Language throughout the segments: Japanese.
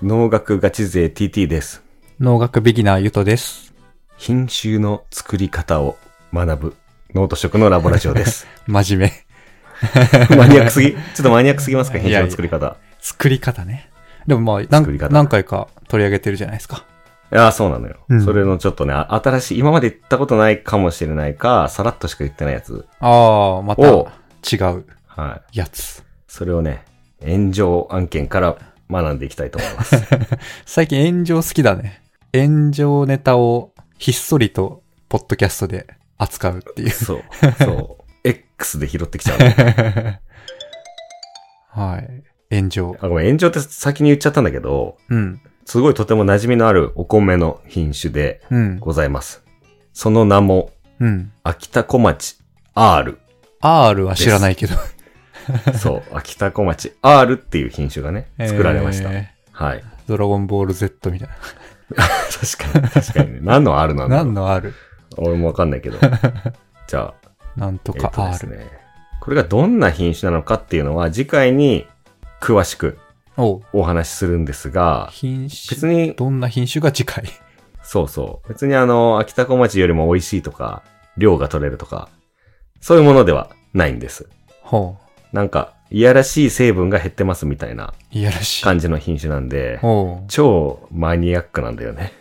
農学ガチ勢 TT です。 農学ビギナーゆとです。 品種の作り方を学ぶノート食のラボラジオです。 真面目。マニアックすぎ？ちょっとマニアックすぎますか？品種の作り方。 作り方ね。でもまあ何回か取り上げてるじゃないですか。 いや、そうなのよ。それのちょっとね、新しい、今まで言ったことないかもしれないか、さらっとしか言ってないやつ。 ああ、また違うやつ。 はい。それをね、炎上案件から学んでいきたいと思います。 最近炎上好きだね。炎上ネタをひっそりとポッドキャストで扱うっていう。 そう。X で拾ってきちゃう、ね。 はい。炎上。 ごめん、炎上って先に言っちゃったんだけど、すごいとても馴染みのあるお米の品種でございます。その名も、秋田小町 R。 R は知らないけど。 そう、秋田小町 R っていう品種がね、作られました。はい。 ドラゴンボール Z みたいな。 確かにね。何の R なんだろう。 何の R？ 俺もわかんないけど。じゃあ。 なんとか R。 ですね。これがどんな品種なのかっていうのは次回に詳しくお話しするんですが、 別にどんな品種が次回。 そう。別に秋田小町よりも美味しいとか、量が取れるとか、そういうものではないんです。なんか、いやらしい成分が減ってますみたいな感じの品種なんで、超マニアックなんだよね。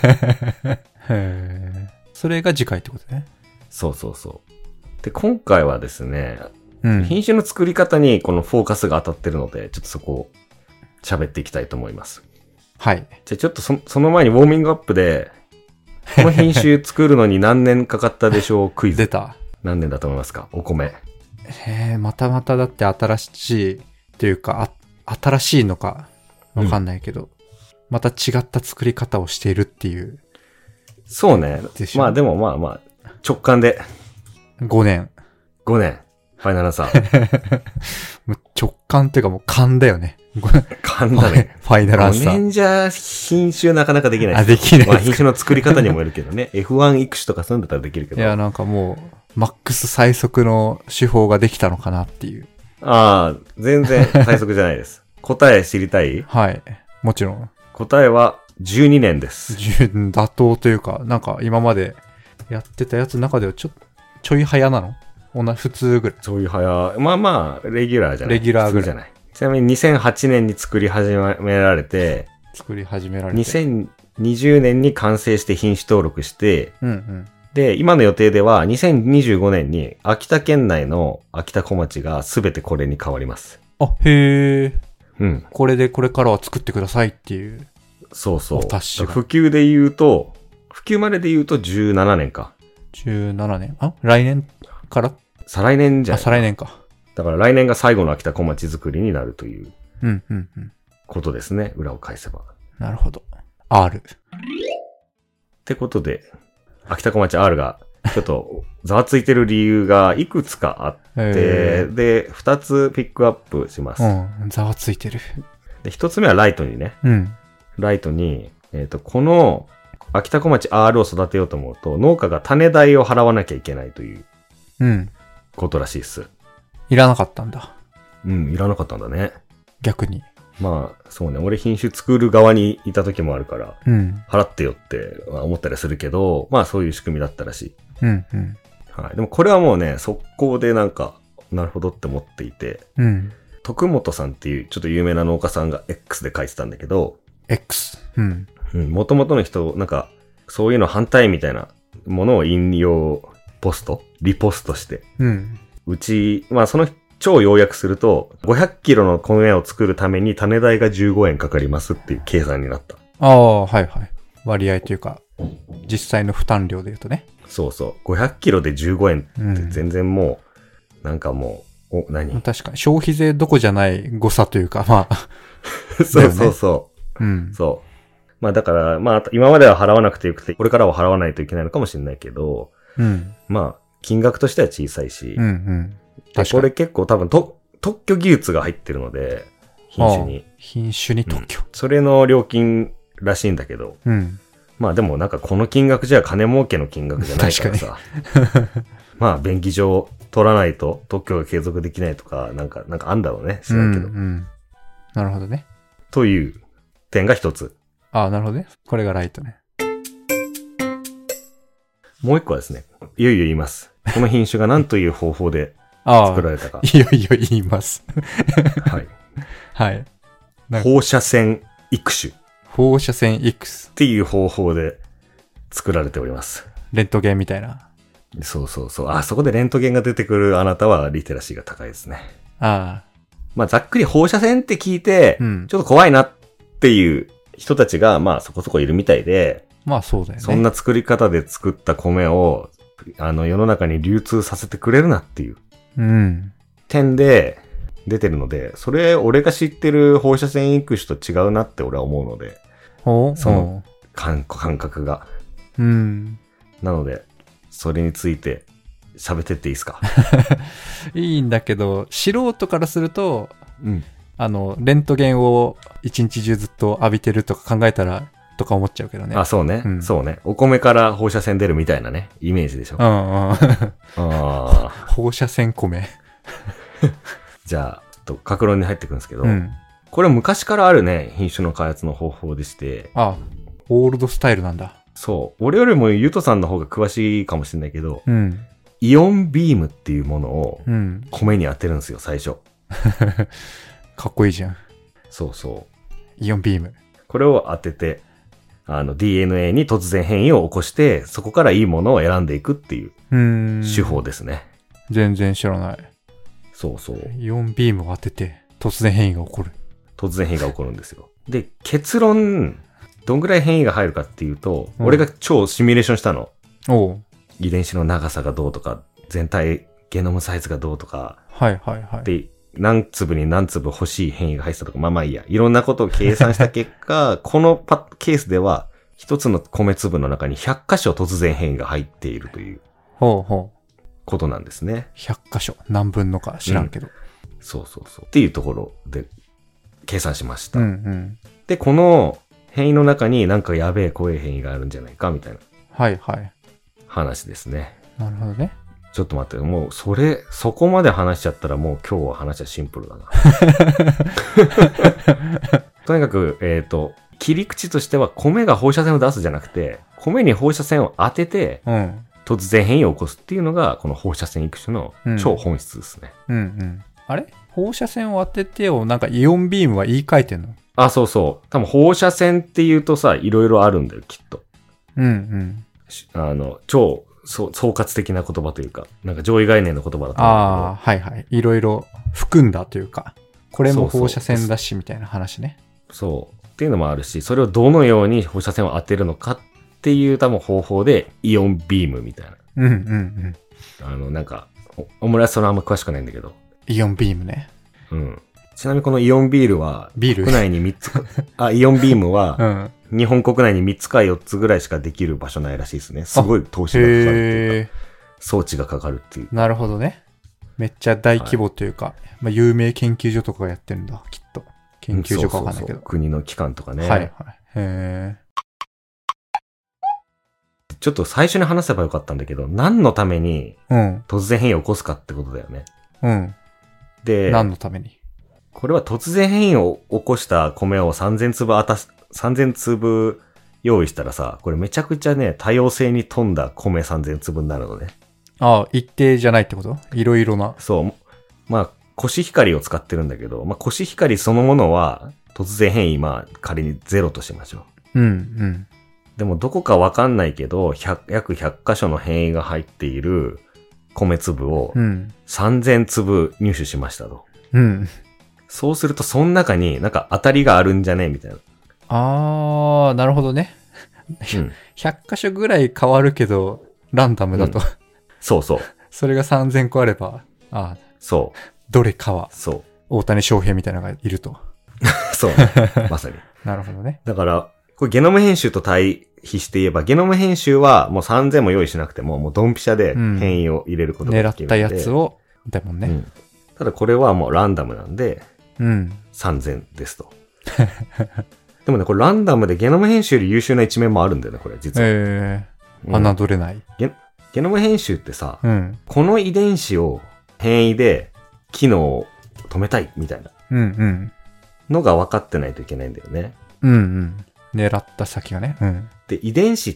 それが次回ってことね。 そう。で、今回はですね、品種の作り方にこのフォーカスが当たってるので、ちょっとそこを喋っていきたいと思います。 はい。 じゃあちょっとその前にウォーミングアップで、この品種作るのに何年かかったでしょうクイズ。 出た。 何年だと思いますか？お米。 まただって新しいというか、新しいのかわかんないけど、また違った作り方をしているっていう。 そうね。まあでもまあ、直感で。 5年。 ファイナルアンサー。 もう直感っていうかもう勘だよね。 勘だね。 ファイナルアンサー。 5年じゃ品種なかなかできない。 できない。 まあ品種の作り方にもよるけどね。F1 育種とかそういうんだったらできるけど。 いや、なんかもう、マックス最速の手法ができたのかなっていう。 ああ、全然最速じゃないです。答え知りたい？ はい。もちろん。 答えは12年です。 妥当というか、なんか今までやってたやつの中ではちょい早なの？普通ぐらい。 ちょい早。まあ、レギュラーじゃない。 レギュラーぐらい。 じゃない。ちなみに2008年に作り始められて、2020年に完成して品種登録して、で、今の予定では2025年に秋田県内の秋田小町が全てこれに変わります。 へー。これからは作ってくださいっていう。 そう。 普及までで言うと17年か。 17年？来年から再来年じゃない？ 再来年か。 だから来年が最後の秋田小町作りになるという。ことですね。裏を返せば。 なるほど。R。 ってことで、秋田小町 R がちょっとざわついてる理由がいくつかあって、で、2つピックアップします。 ざわついてる。 で、1つ目はライトにね。ライトに、この秋田小町 R を育てようと思うと、農家が種代を払わなきゃいけないという、ことらしいです。 いらなかったんだ。 いらなかったんだね。 逆に。まあ、そうね。俺品種作る側にいた時もあるから、払ってよって思ったりするけど、まあそういう仕組みだったらしい。はい。でもこれはもうね、速攻でなんか、なるほどって思っていて、徳本さんっていうちょっと有名な農家さんが X で書いてたんだけど、元々の人、なんか、そういうの反対みたいなものを引用リポストして、まあその超要約すると、500キロの米を作るために種代が15円かかりますっていう計算になった。割合というか、実際の負担量で言うとね。そう。500キロで15円って全然もう、なんかもう、何？ 確かに消費税どこじゃない誤差というか、まあ。 そう。まあだから、まあ今までは払わなくてよくて、これからは払わないといけないのかもしれないけど、まあ金額としては小さいし、これ結構多分特許技術が入ってるので、品種に特許。それの料金らしいんだけど、まあでもなんかこの金額じゃ金儲けの金額じゃないからさ、まあ便宜上取らないと特許が継続できないとか、なんかあんだろうね。知らんけど。 なるほどね。 という点が一つ。 ああ、なるほどね。これがライトね。 もう一個はですね、いよいよ言います。この品種が何という方法で作られたか。 いよいよ言います。 はい。 はい。 放射線育種。 放射線育種。 っていう方法で作られております。 レントゲンみたいな。 そうそうそう。あ、そこでレントゲンが出てくるあなたはリテラシーが高いですね。 ああ。 まあ、ざっくり放射線って聞いて、ちょっと怖いなっていう人たちが、まあ、そこそこいるみたいで、 まあ、そうだよね。 そんな作り方で作った米を、世の中に流通させてくれるなっていう、点で出てるので、それ、俺が知ってる放射線育種と違うなって俺は思うので、その感覚が。なので、それについて喋ってっていいですか？ いいんだけど、素人からすると、レントゲンを一日中ずっと浴びてるとか考えたら、とか思っちゃうけどね。 あ、そうね。そうね。お米から放射線出るみたいなね、イメージでしょ。 放射線米。 じゃあ、格論に入ってくるんですけど、これ昔からあるね、品種の開発の方法でして。 あ、オールドスタイルなんだ。 そう。俺よりもゆとさんの方が詳しいかもしれないけど、イオンビームっていうものを米に当てるんですよ、最初。 かっこいいじゃん。 そうそう。 イオンビーム。 これを当てて、DNA に突然変異を起こして、そこからいいものを選んでいくっていう手法ですね。 全然知らない。 そうそう。 イオンビームを当てて、突然変異が起こる。 突然変異が起こるんですよ。で、結論、どんぐらい変異が入るかっていうと、俺が超シミュレーションしたの。遺伝子の長さがどうとか、全体ゲノムサイズがどうとか。で、何粒に何粒欲しい変異が入ってたとか、まあいいや。いろんなことを計算した結果、このケースでは、一つの米粒の中に100箇所突然変異が入っているという。ことなんですね。 100箇所。何分のか知らんけど。 そうそうそう。っていうところで、計算しました。で、この変異の中になんかやべえ怖い変異があるんじゃないか、みたいな。話ですね。 なるほどね。 ちょっと待って、もうそこまで話しちゃったらもう今日は話はシンプルだな。とにかく、切り口としては米が放射線を出すじゃなくて、米に放射線を当てて、突然変異を起こすっていうのが、この放射線育種の超本質ですね。 あれ？放射線を当ててをなんかイオンビームは言い換えてんの？ あ、そうそう。多分放射線って言うとさ、いろいろあるんだよ、きっと。超総括的な言葉というか、なんか上位概念の言葉だと思うけど。 いろいろ含んだというか、これも放射線だしみたいな話ね。 そう。っていうのもあるし、それをどのように放射線を当てるのかっていう多分方法で、イオンビームみたいな。なんか、俺はそれあんま詳しくないんだけど。 イオンビームね。 ちなみにこのイオンビールは、国内に3つイオンビームは、日本国内に3つか4つぐらいしかできる場所ないらしいですね。すごい投資がかかるっていうか、装置がかかるっていう。 なるほどね。めっちゃ大規模というか、有名研究所とかがやってるんだ、きっと。研究所かわかんないけど。 国の機関とかね。ちょっと最初に話せばよかったんだけど、何のために突然変異を起こすかってことだよね。で、 何のために？ これは突然変異を起こした米を3000粒用意したらさ、これめちゃくちゃね、多様性に富んだ米3000粒になるのね。 ああ、一定じゃないってこと？いろいろな。 そう。まあ、コシヒカリを使ってるんだけど、まあ、コシヒカリそのものは突然変異、まあ、仮にゼロとしましょう。でもどこかわかんないけど、約100箇所の変異が入っている米粒を3000粒入手しましたと。そうすると、その中になんか当たりがあるんじゃねみたいな。 なるほどね。100箇所ぐらい変わるけど、ランダムだと。 そうそう。 それが3000個あれば、 そう。 どれかは、 そう。 大谷翔平みたいなのがいると。 そう。まさに。 なるほどね。 だから、これゲノム編集と対比して言えば、ゲノム編集はもう3000も用意しなくても、もうドンピシャで変異を入れることができるので、 狙ったやつを、でもね。 ただこれはもうランダムなんで、3000ですと。でもね、これランダムでゲノム編集より優秀な一面もあるんだよね、これ、実は。 侮れない。 ゲノム編集ってさ、この遺伝子を変異で機能を止めたいみたいなのが分かってないといけないんだよね。 うんうん。狙った先がね。うん。 で、遺伝子って、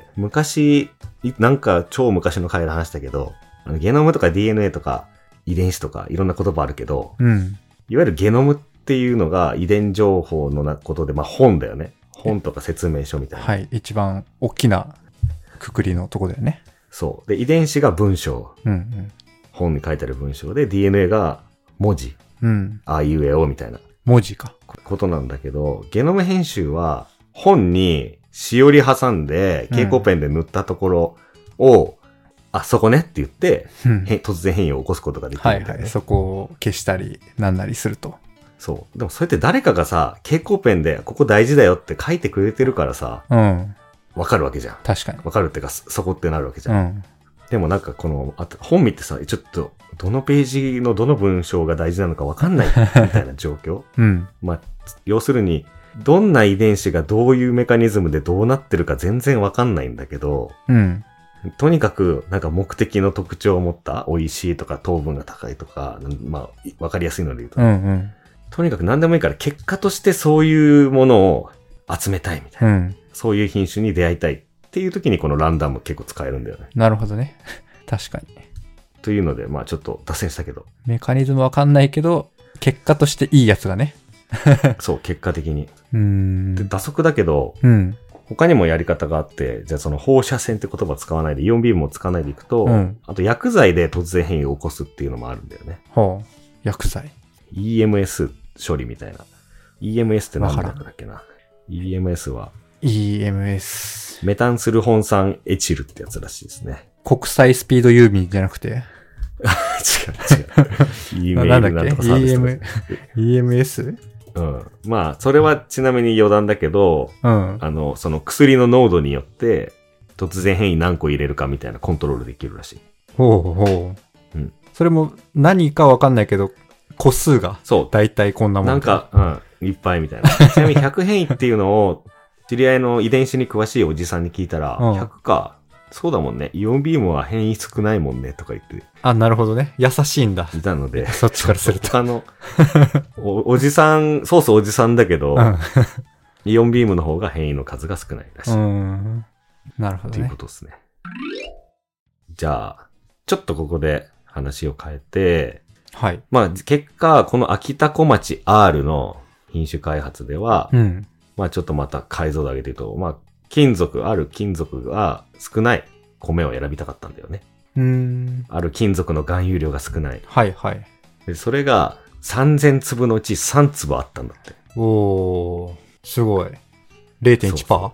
昔、なんか超昔の回で話したけど、ゲノムとか DNA とか遺伝子とかいろんな言葉あるけど、 うん。 いわゆるゲノムっていうのが遺伝情報のことで、まあ本だよね。本とか説明書みたいな。 はい。一番大きなくくりのとこだよね。 そう。で、遺伝子が文章。 うんうん。 本に書いてある文章で、DNA が文字。 うん。 あいうえおみたいな。 文字か。 ことなんだけど、ゲノム編集は本にしおり挟んで蛍光ペンで塗ったところを、あそこねって言って、突然変異を起こすことができるんだよね。 はいはい。そこを消したりなんなりすると。 そう。でもそれって誰かがさ、蛍光ペンでここ大事だよって書いてくれてるからさ、 うん。 わかるわけじゃん。 確かに。 わかるってか、そこってなるわけじゃん。 うん。 でもなんかこの、本見てさ、ちょっと、どのページのどの文章が大事なのかわかんないみたいな状況。 うん。 まあ、要するに、どんな遺伝子がどういうメカニズムでどうなってるか全然わかんないんだけど、 うん。 とにかく、なんか目的の特徴を持った、美味しいとか糖分が高いとか、まあ、わかりやすいので言うと、 うんうん。 とにかく何でもいいから結果としてそういうものを集めたいみたいな。 うん。 そういう品種に出会いたいっていう時にこのランダム結構使えるんだよね。 なるほどね。確かに。 というので、まあちょっと脱線したけど。 メカニズムわかんないけど、結果としていいやつがね。 そう、結果的に。 で、 打足だけど、 うん。 他にもやり方があって、じゃあその放射線って言葉を使わないで、イオンビームを使わないでいくと、 うん、 あと薬剤で突然変異を起こすっていうのもあるんだよね。 ほう。薬剤。 EMS 処理みたいな。EMS って何だっけな。EMS は EMS。 メタンスルホン酸エチルってやつらしいですね。 国際スピード郵便じゃなくて。 違う。E メールなんとかサービス。 EMS？ うん。まあ、それはちなみに余談だけど、 うん。 その薬の濃度によって、突然変異何個入れるかみたいなコントロールできるらしい。 ほうほう。うん。それも何かわかんないけど、個数が。そう。だいたいこんなもん。 なんか、いっぱいみたいな。ちなみに100変異っていうのを、知り合いの遺伝子に詳しいおじさんに聞いたら、100か。そうだもんね。イオンビームは変異少ないもんね、とか言って。 あ、なるほどね。優しいんだ。 いたので。 そっちからすると。 おじさん、そうそうおじさんだけど、イオンビームの方が変異の数が少ないらしい。 なるほどね。 ということですね。じゃあ、ちょっとここで話を変えて、 はい。 まあ、結果、この秋田小町 R の品種開発では、まあちょっとまた解像度上げて言うと、まあ、ある金属が少ない米を選びたかったんだよね。ある金属の含有量が少ない。 はいはい。 で、それが3000粒のうち3粒あったんだって。 おー、すごい。0.1%？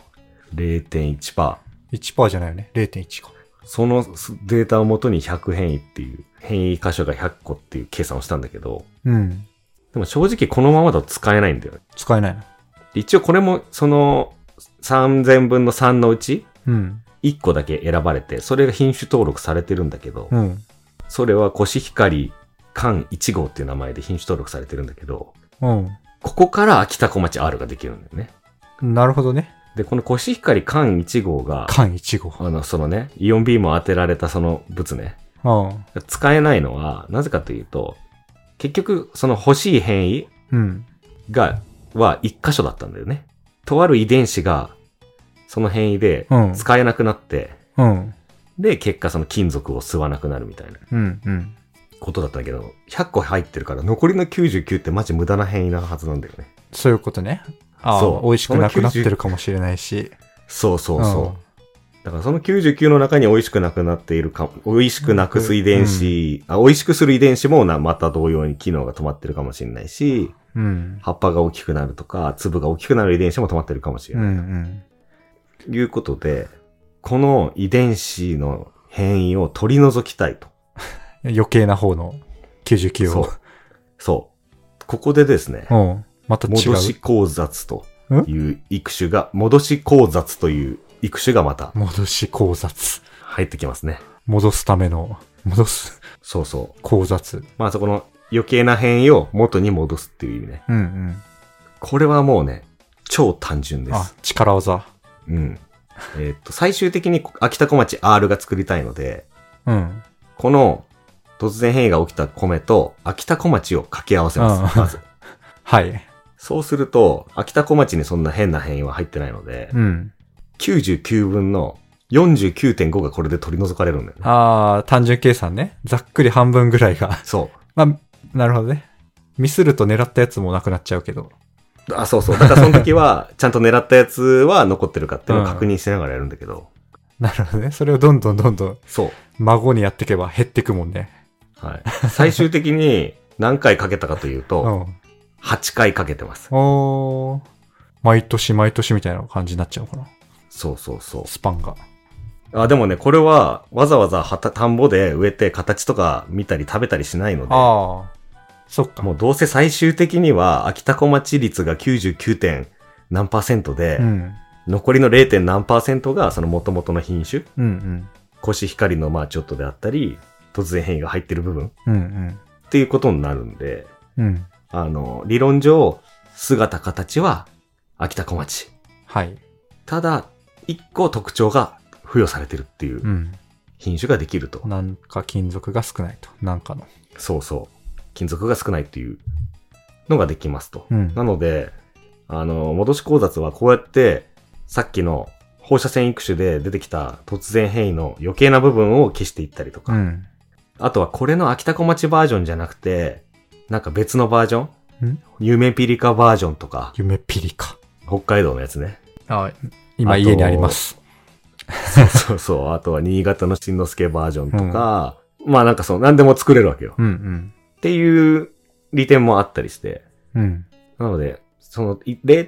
0.1%。 1% じゃないよね。0.1 か。 そのデータをもとに100変異っていう、変異箇所が100個っていう計算をしたんだけど、でも正直このままだと使えないんだよね。 使えないの？ 一応これもその3000分の3のうち、1個だけ選ばれて、それが品種登録されてるんだけど、それはコシヒカリ缶1号っていう名前で品種登録されてるんだけど、ここから秋田小町 R ができるんだよね。 なるほどね。 で、このコシヒカリ缶1号が、 缶1号。 そのね、イオンビームを当てられたその物ね、使えないのは、なぜかというと、結局、その欲しい変異は1箇所だったんだよね。とある遺伝子が、その変異で使えなくなって、で、結果その金属を吸わなくなるみたいな、ことだったんだけど、100個入ってるから残りの99ってマジ無駄な変異なはずなんだよね。 そういうことね。そう。美味しくなくなってるかもしれないし。 そうそうそう。だからその99の中に美味しくなくなっているか、美味しくなくす遺伝子、美味しくする遺伝子もまた同様に機能が止まってるかもしれないし、葉っぱが大きくなるとか、粒が大きくなる遺伝子も止まってるかもしれない。ということで、この遺伝子の変異を取り除きたいと。 余計な方の99を。 そう。ここでですね、 また違う。 戻し交雑という育種が、戻し交雑という育種がまた。 戻し交雑。 入ってきますね。 戻すための、戻す。 そうそう。 交雑。 まあそこの余計な変異を元に戻すっていう意味ね。これはもうね、超単純です。 あ、力技。 最終的に秋田小町 R が作りたいので、この突然変異が起きた米と秋田小町を掛け合わせます。まず。 はい。 そうすると、秋田小町にそんな変な変異は入ってないので、うん、99分の 49.5 がこれで取り除かれるんだよね。 ああ、単純計算ね。ざっくり半分ぐらいが。 そう。 まあ、なるほどね。ミスると狙ったやつもなくなっちゃうけど。 あ、そうそう。だからその時は、ちゃんと狙ったやつは残ってるかっていうのを確認しながらやるんだけど。 なるほどね。それをどんどん、 そう。 孫にやっていけば減ってくもんね。 はい。最終的に何回かけたかというと、8回かけてます。 おー。毎年みたいな感じになっちゃうかな。 そうそうそう。 スパンが。 あ、でもね、これはわざわざ田んぼで植えて形とか見たり食べたりしないので。 ああ。そっか。 もうどうせ最終的には秋田小町率が 99. 何%で、うん、残りの 0. 何%がその元々の品種、うんうん、コシヒカリのまあちょっとであったり、突然変異が入ってる部分、うんうん、っていうことになるんで、うん、理論上、姿形は秋田小町。はい。ただ、一個特徴が付与されてるっていう品種ができると。 うん、なんか金属が少ないと。なんかの。 そうそう。金属が少ないっていうのができますと。うん、なので、戻し交雑はこうやって、さっきの放射線育種で出てきた突然変異の余計な部分を消していったりとか。うん、あとはこれの秋田小町バージョンじゃなくて、なんか別のバージョン？ゆめピリカバージョンとか。 ゆめピリカ。 北海道のやつね。 あ、今家にあります。 そうそう。あとは新潟のしんのすけバージョンとか、うん、まあなんかそう、何でも作れるわけよ。うんうん、っていう利点もあったりして。うん、なので、その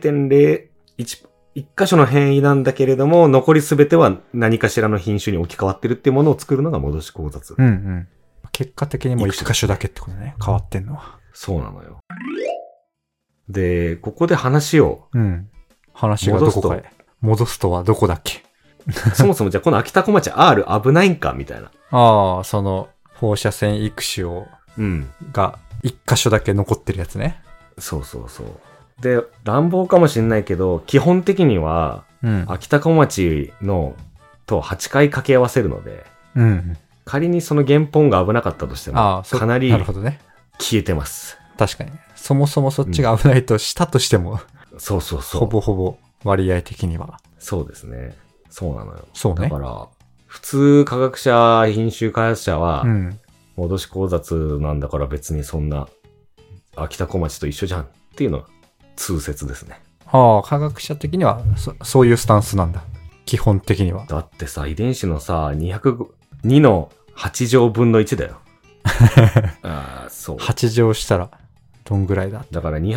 0.01 一箇所の変異なんだけれども、残りすべては何かしらの品種に置き換わってるっていうものを作るのが戻し交雑。 うんうん。結果的にもう一箇所だけってことね。変わってんのは。 そうなのよ。で、ここで話を。 うん。話がどこかへ。戻すとはどこだっけそもそもじゃあこの秋田小町 R 危ないんかみたいな。 ああ、その放射線育種を、が一箇所だけ残ってるやつね。 そうそうそう。で、乱暴かもしんないけど、基本的には、秋田小町のと8回掛け合わせるので、うん、仮にその原本が危なかったとしても、かなり消えてます。 確かに。そもそもそっちが危ないとしたとしても、 そうそうそう。 ほぼほぼ割合的には。 そうですね。そうなのよ。 そうね。 だから、普通科学者、品種開発者は、戻し交雑なんだから別にそんな、秋田小町と一緒じゃんっていうのは、通説ですね。 ああ、科学者的にはそういうスタンスなんだ。基本的には。 だってさ、遺伝子のさ、202の8乗分の1だよ。ああ、そう。 8乗したら、どんぐらいだ？ だから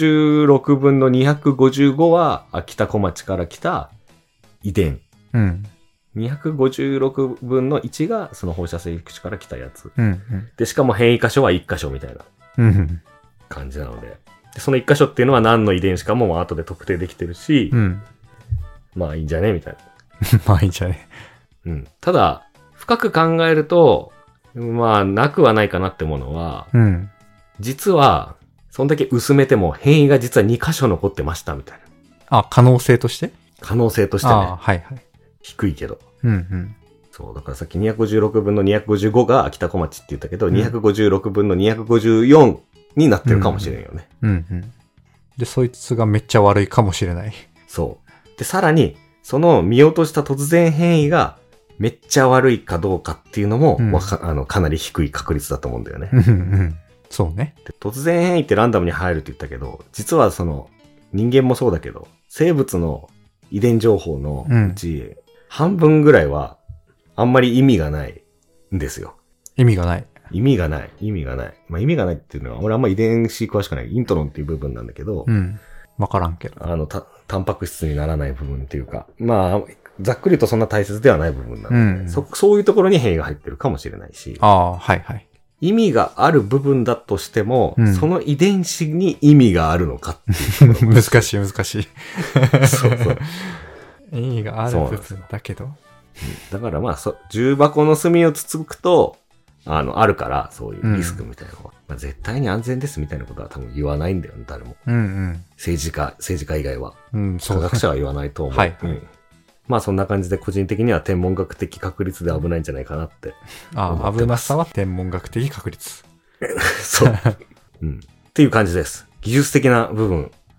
256分の255は秋田小町から来た遺伝。うん。256分の1がその放射性育種から来たやつ。うんうん、で、しかも変異箇所は1箇所みたいな感じなので。でその1箇所っていうのは何の遺伝子かも後で特定できてるし、うん、まあいいんじゃねみたいな。まあいいんじゃね。 うん。ただ、深く考えると、まあなくはないかなってものは、うん、実は、そんだけ薄めても変異が実は2箇所残ってましたみたいな。あ、可能性として？ 可能性としてね。 はいはい。 低いけど。うんうん。そう、だからさっき256分の255が秋田小町って言ったけど、256分の254になってるかもしれんよね。 うんうん。で、そいつがめっちゃ悪いかもしれない。 そう。で、さらに、その見落とした突然変異がめっちゃ悪いかどうかっていうのも、かなり低い確率だと思うんだよね。 うんうん。そうね。 で、突然変異ってランダムに入るって言ったけど、実はその人間もそうだけど、生物の遺伝情報のうち、半分ぐらいはあんまり意味がないんですよ。 意味がない。 意味がない。まあ意味がないっていうのは、俺あんま遺伝子詳しくない。イントロンっていう部分なんだけど。 うん。わからんけど。 タンパク質にならない部分っていうか、まあ、ざっくりとそんな大切ではない部分なので、そういうところに変異が入ってるかもしれないし。 ああ、はいはい。 意味がある部分だとしても、その遺伝子に意味があるのかっていう。 難しい。そうそう。意味がある部分だけど。 だからまあ、重箱の隅をつつくと、あるから、そういうリスクみたいなのは。まあ、絶対に安全ですみたいなことは多分言わないんだよね、誰も。うんうん。政治家以外は。うん、科学者は言わないと思う。はい。うん。まあそんな感じで個人的には天文学的確率で危ないんじゃないかなって。 ああ、危なさは天文学的確率。 そう。うん。っていう感じです。技術的な部分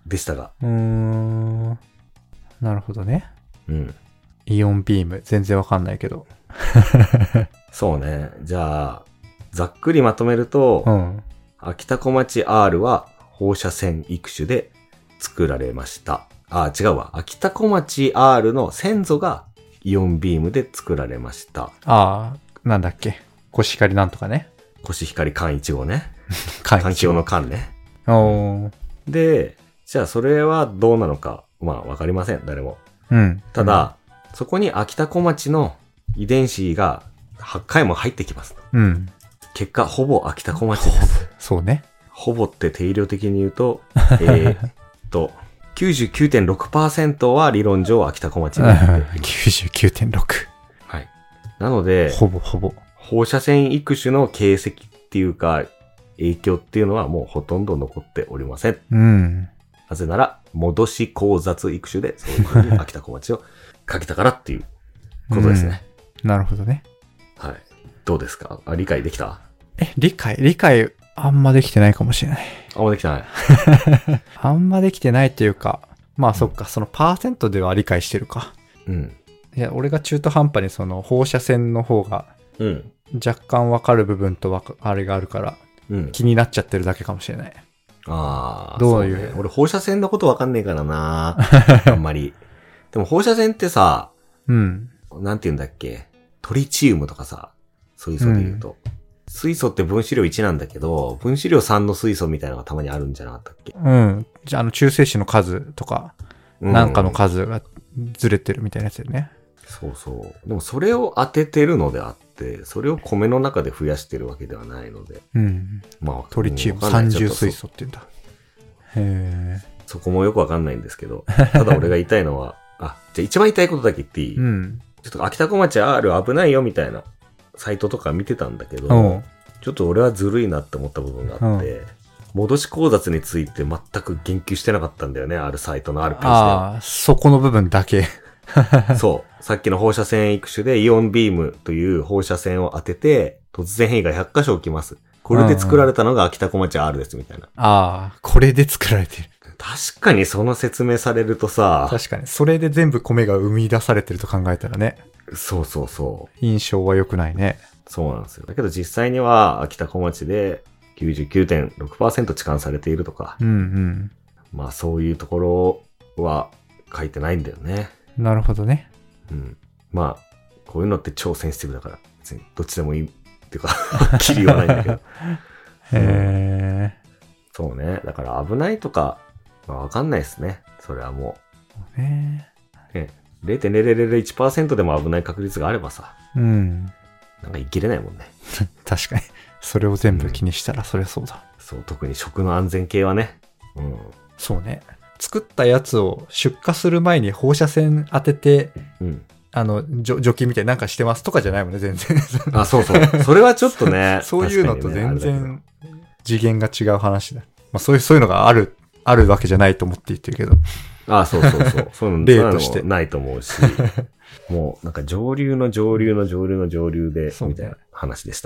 でしたが。 なるほどね。 うん。 イオンビーム、全然わかんないけど。 そうね。じゃあ、ざっくりまとめると、秋田小町 R は放射線育種で作られました。違うわ。秋田小町 R の先祖がイオンビームで作られました。 なんだっけ。コシヒカリなんとかね。 コシヒカリ缶1号ね。 環境の缶ね。で、じゃあそれはどうなのか、わかりません。誰も。ただ、そこに秋田小町の遺伝子が8回も入ってきます。結果、ほぼ秋田小町です。 そうね。 ほぼって定量的に言うと、99.6% は理論上秋田小町になっています。 99.6。 はい。なので、 ほぼ。 放射線育種の形跡っていうか、影響っていうのはもうほとんど残っておりません。なぜなら、戻し交雑育種で、そういうふうに秋田小町をかけたからっていうことですね。 なるほどね。 はい。どうですか？理解できた？ 理解、あんまできてないかもしれない。 あんまできてない。 あんまできてないっていうか、そっか、そのパーセントでは理解してるか。いや、俺が中途半端にその放射線の方が、若干わかる部分とあれがあるから、気になっちゃってるだけかもしれない。どういう、 ね、俺放射線のことわかんねえからなあんまり。でも放射線ってさ、なんて言うんだっけ、トリチウムとかさ、水素で言うと。水素って分子量1なんだけど、分子量3の水素みたいなのがたまにあるんじゃなかったっけ？ じゃあ中性子の数とか、なんかの数がずれてるみたいなやつだよね。 そうそう。でもそれを当ててるのであって、それを米の中で増やしてるわけではないので。 トリチウム三重水素って言うんだ。へー。 そこもよくわかんないんですけど、ただ俺が言いたいのは、じゃあ一番言いたいことだけ言っていい？ちょっと秋田小町 R 危ないよみたいなサイトとか見てたんだけど、ちょっと俺はずるいなって思った部分があって、戻し交雑について全く言及してなかったんだよね、あるサイトのあるページでは。 そこの部分だけ。 そう。さっきの放射線育種でイオンビームという放射線を当てて、突然変異が100箇所起きます。これで作られたのが秋田小町 R ですみたいな。 これで作られてる。 確かにその説明されるとさ。 確かに。それで全部米が生み出されてると考えたらね。 そう。 印象は良くないね。 そうなんですよ。だけど実際には秋田小町で 99.6% 置換されているとか。そういうところは書いてないんだよね。 なるほどね。 こういうのって超センシティブだから、別にどっちでもいいっていうか、はっきり言わないんだけど。そうね。だから危ないとか、わかんないですね。それはもう。0.0001% でも危ない確率があればさ。なんか生きれないもんね。 確かに。それを全部気にしたらそりゃそうだ。 そう、特に食の安全系はね。 そうね。作ったやつを出荷する前に放射線当てて、除菌みたいなんかしてますとかじゃないもんね、全然。 そう。それはちょっとね。 そういうのと全然次元が違う話だ。そういうのがあるわけじゃないと思って言ってるけど。 そう。そういうの例としてないと思うし。もうなんか上流の上流の上流の上流で、みたいな話でした。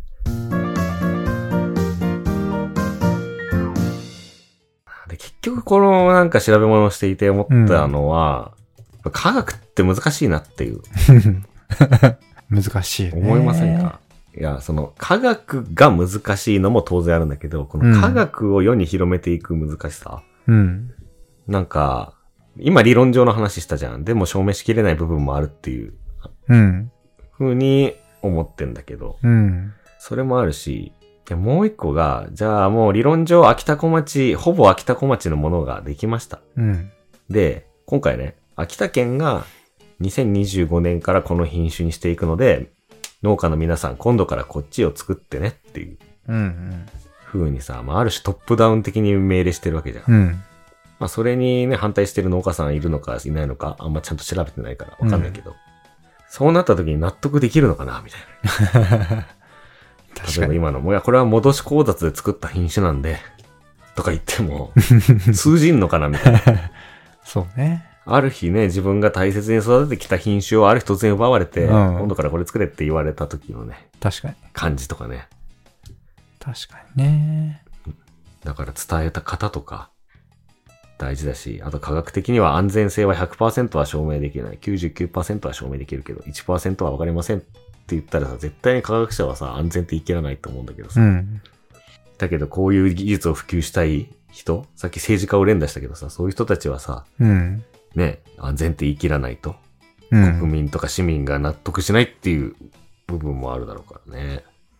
で結局このなんか調べ物をしていて思ったのは、科学って難しいなっていう。 難しいね。 思いませんか？いや、その科学が難しいのも当然あるんだけど、この科学を世に広めていく難しさ。なんか、今理論上の話したじゃん。でも証明しきれない部分もあるっていう。風に思ってんだけど。それもあるし、もう一個が、じゃあもう理論上ほぼ秋田小町のものができました。で、今回ね、秋田県が2025年からこの品種にしていくので、農家の皆さん今度からこっちを作ってねっていう風にさ、ある種トップダウン的に命令してるわけじゃん。それにね、反対してる農家さんいるのかいないのか、あんまちゃんと調べてないからわかんないけど、そうなった時に納得できるのかなみたいな。例えば今の、これは戻し交雑で作った品種なんで、とか言っても、通じんのかなみたいな。 そうね。 ある日ね、自分が大切に育ててきた品種をある日突然奪われて、今度からこれ作れって言われた時のね。 確かに。 感じとかね。 確かにね。 だから伝えた方とか、 大事だし、あと科学的には安全性は 100% は証明できない。99% は証明できるけど、1% はわかりませんって言ったらさ、絶対に科学者はさ、安全って言い切らないと思うんだけどさ。だけど、こういう技術を普及したい人、さっき政治家を連打したけどさ、そういう人たちはさ、ね、安全って言い切らないと、国民とか市民が納得しないっていう部分もあるだろうからね。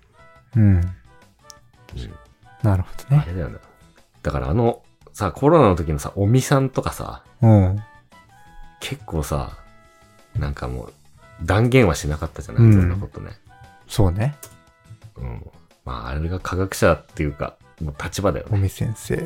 なるほどね。 あれだよね。だからさ、コロナの時のさ、尾身さんとかさ、結構さ、なんかもう、断言はしなかったじゃない、そんなことね。 そうね。 まあ、あれが科学者っていうか、もう立場だよね。 尾身先生。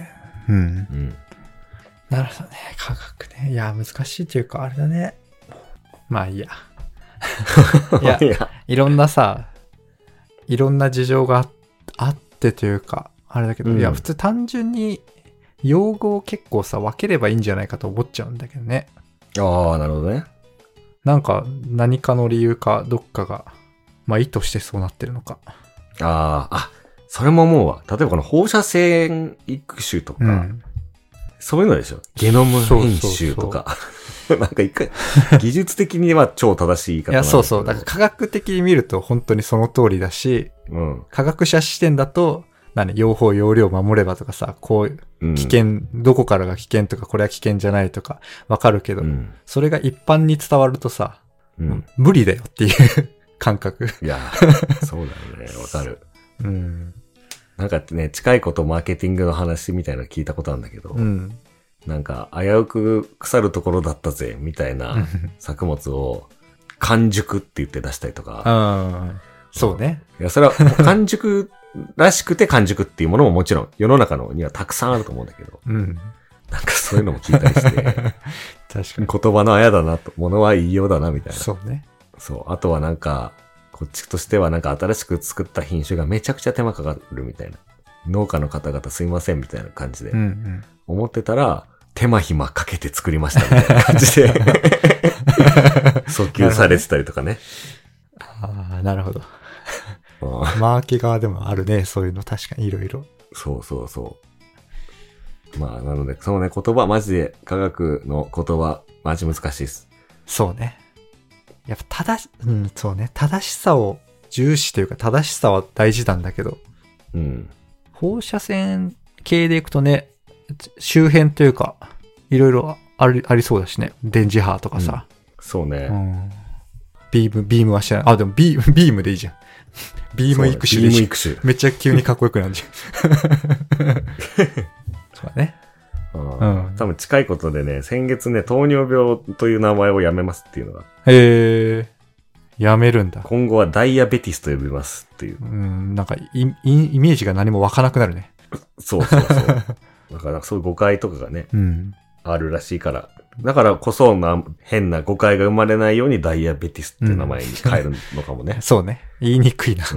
なるほどね。科学ね。いや、難しいというか、あれだね。まあいいや。いや、いろんなさ、いろんな事情があってというか、あれだけど、いや、普通単純に、用語を結構さ、分ければいいんじゃないかと思っちゃうんだけどね。 ああ、なるほどね。 なんか、何かの理由か、どっかが、まあ意図してそうなってるのか。 それも思うわ。例えばこの放射線育種とか、そういうのでしょ。ゲノム編集とか。なんか一回、技術的には超正しい言い方なんだけど。 いや、そう。だから科学的に見ると本当にその通りだし、科学者視点だと、用法用量守ればとかさ、こう、危険、どこからが危険とか、これは危険じゃないとか、わかるけど、それが一般に伝わるとさ、無理だよっていう感覚。 いや、そうだよね。わかる。なんかね、近いことマーケティングの話みたいなの聞いたことあるんだけど、なんか、危うく腐るところだったぜ、みたいな作物を、完熟って言って出したりとか。 そうね。 いや、それは完熟らしくて完熟っていうものももちろん世の中のにはたくさんあると思うんだけど、なんかそういうのも聞いたりして、確かに言葉のあやだなと、ものは言いようだな、みたいな。 そうね。 そう。あとはなんか、こっちとしてはなんか新しく作った品種がめちゃくちゃ手間かかるみたいな。農家の方々すいませんみたいな感じで。思ってたら、手間暇かけて作りましたみたいな感じで訴求されてたりとかね。 なるほど。マーケ側でもあるね、そういうの確かにいろいろ。 そう。まあ、なので、そのね、言葉、マジで科学の言葉、マジ難しいです。 そうね。やっぱそうね。正しさを重視というか、正しさは大事なんだけど。放射線系でいくとね、周辺というか、いろいろありそうだしね。電磁波とかさ。 そうね。 ビームは知らない。でもビームでいいじゃん。ビーム育種でいいじゃん。めっちゃ急にかっこよくなるじゃん。そうだね。 多分近いことでね、先月ね、糖尿病という名前をやめますっていうのが。 やめるんだ。 今後はダイアベティスと呼びますっていう。 なんかイメージが何も湧かなくなるね。 そう。だからそういう誤解とかがね、あるらしいから。だからこそ変な誤解が生まれないようにダイアベティスって名前に変えるのかもね。 そうね。言いにくいな。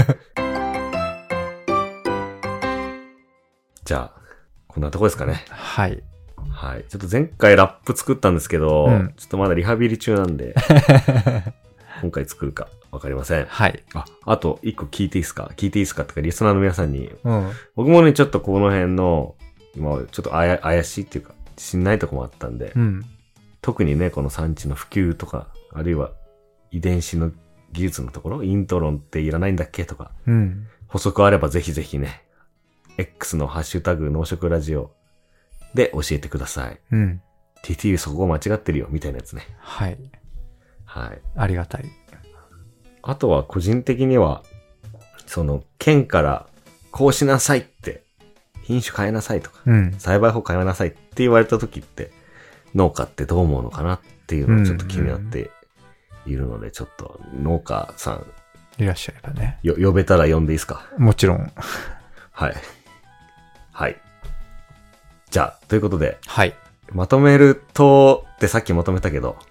じゃあ、こんなとこですかね。 はい。 ちょっと前回ラップ作ったんですけど、ちょっとまだリハビリ中なんで、今回作るかわかりません。あと一個聞いていいですかってかリスナーの皆さんに、僕もね、ちょっとこの辺の、今ちょっと怪しいっていうか、自信ないとこもあったんで、特にね、この産地の普及とか、あるいは遺伝子の技術のところ、イントロンっていらないんだっけとか、補足あればぜひぜひね、X のハッシュタグ農食ラジオで教えてください。TTU そこ間違ってるよ、みたいなやつね。 はい。ありがたい。 あとは個人的には、県からこうしなさいって、品種変えなさいとか、栽培法変えなさいって言われた時って、農家ってどう思うのかなっていうのをちょっと気になっているので、ちょっと農家さん。 いらっしゃればね。 呼べたら呼んでいいですか？ もちろん。 はい。じゃあ、ということで。まとめると、ってさっきまとめたけど。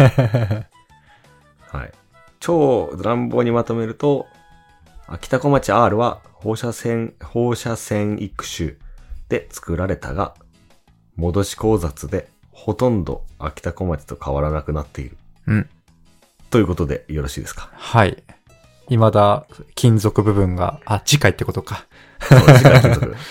超乱暴にまとめると、秋田小町 R は放射線育種で作られたが、戻し交雑でほとんど秋田小町と変わらなくなっている。ということでよろしいですか？ 未だ金属部分が、次回ってことか。 次回金属。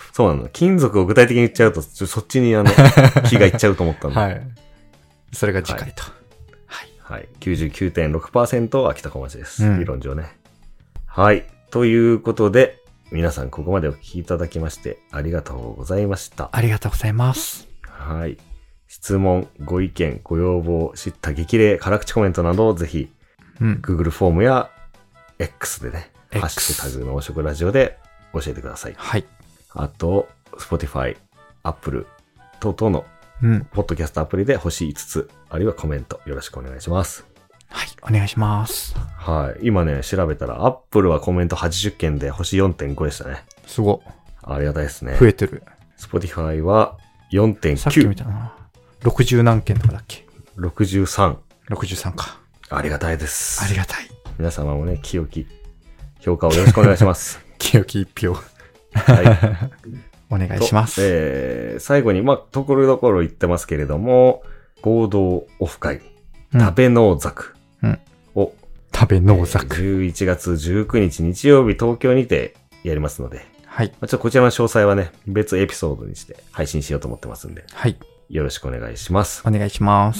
そうなの。金属を具体的に言っちゃうと、そっちに気がいっちゃうと思ったんで。 はい。それが次回と。 はい。はい。99.6% 秋田小町です。理論上ね。はい。ということで、皆さんここまでお聞きいただきましてありがとうございました。 ありがとうございます。 はい。質問、ご意見、ご要望、知った激励、辛口コメントなどをぜひ、Google フォームや X でね、ハッシュタグ農食ラジオで教えてください。 はい。 あと、Spotify、Apple 等々のポッドキャストアプリで星5つ、あるいはコメントよろしくお願いします。 はい、お願いします。 はい。今ね、調べたら、Apple はコメント80件で星 4.5 でしたね。 すご。 ありがたいですね。 増えてる。 Spotify は 4.9。 さっき見たな。60何件とかだっけ？ 63。 63か。 ありがたいです。 ありがたい。 皆様もね、清き評価をよろしくお願いします。 清き一票。 はい。 お願いします。 最後に、ところどころ言ってますけれども、合同オフ会、食べ農作を、 食べ農作。 11月19日日曜日東京にてやりますので、 はい。 ちょっとこちらの詳細はね、別エピソードにして配信しようと思ってますんで、 はい。 よろしくお願いします。 お願いします。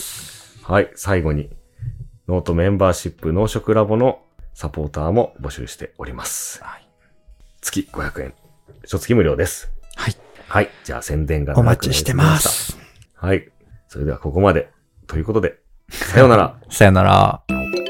はい。最後に、ノートメンバーシップ農食ラボのサポーターも募集しております。はい。月500円。初月無料です。 はい。 はい。じゃあ宣伝がお待ちしてます。 はい。それではここまで。ということで、さようなら。 さようなら。